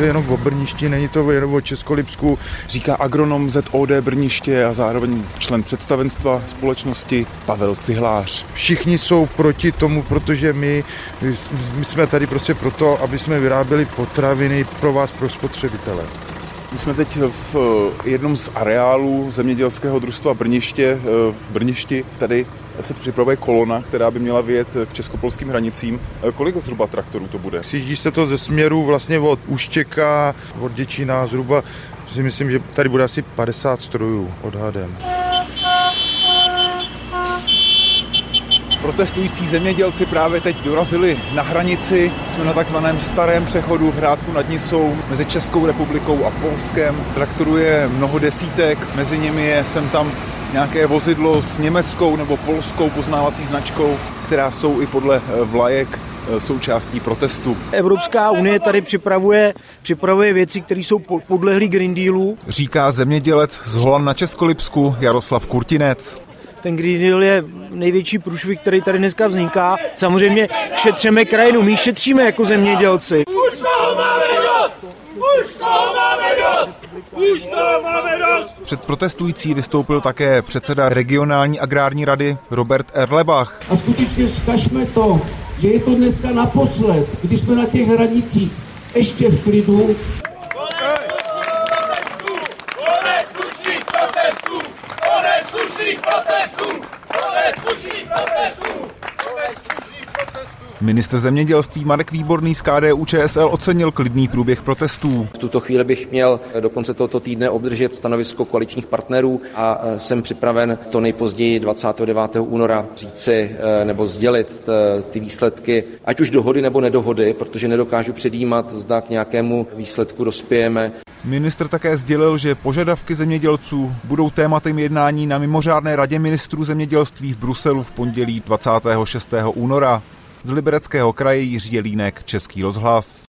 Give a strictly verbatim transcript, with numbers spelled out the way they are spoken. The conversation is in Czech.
to jenom o Brništi, není to jenom o Českolipsku. Říká agronom Z O D Brniště a zároveň člen představenstva společnosti Pavel Cihlář. Všichni jsou proti tomu, protože my, my jsme tady prostě proto, aby jsme vyráběli potraviny pro vás, pro spotřebitele. My jsme teď v jednom z areálů zemědělského družstva Brniště, v Brništi. Tady se připravuje kolona, která by měla vyjet k českopolským hranicím. Kolik zhruba traktorů to bude? Sjíždí se to ze směru vlastně od Uštěka, od Děčína zhruba, si myslím, že tady bude asi padesát strojů odhadem. Protestující zemědělci právě teď dorazili na hranici. Jsme na takzvaném starém přechodu v Hrádku nad Nisou mezi Českou republikou a Polskem. Traktorů je mnoho desítek, mezi nimi je sem tam nějaké vozidlo s německou nebo polskou poznávací značkou, která jsou i podle vlajek součástí protestu. Evropská unie tady připravuje, připravuje věci, které jsou podlehlý Green Dealu. Říká zemědělec z Holan na Českolipsku Jaroslav Kurtinec. Ten Green Deal je největší průšvih, který tady dneska vzniká. Samozřejmě šetříme krajinu, my šetříme jako zemědělci. Už toho máme dost! Už toho máme dost! Už toho máme dost! Před protestující vystoupil také předseda regionální agrární rady Robert Erlebach. A skutečně vzkažme to, že je to dneska naposled, když jsme na těch hranicích ještě v klidu. Ministr zemědělství Marek Výborný z K D U Č S L ocenil klidný průběh protestů. V tuto chvíli bych měl do konce tohoto týdne obdržet stanovisko koaličních partnerů a jsem připraven to nejpozději dvacátého devátého února říci nebo sdělit ty výsledky, ať už dohody nebo nedohody, protože nedokážu předjímat, zda k nějakému výsledku dospějeme. Ministr také sdělil, že požadavky zemědělců budou tématem jednání na mimořádné radě ministrů zemědělství v Bruselu v pondělí dvacátého šestého února. Z Libereckého kraje Jiří Jelínek, Český rozhlas.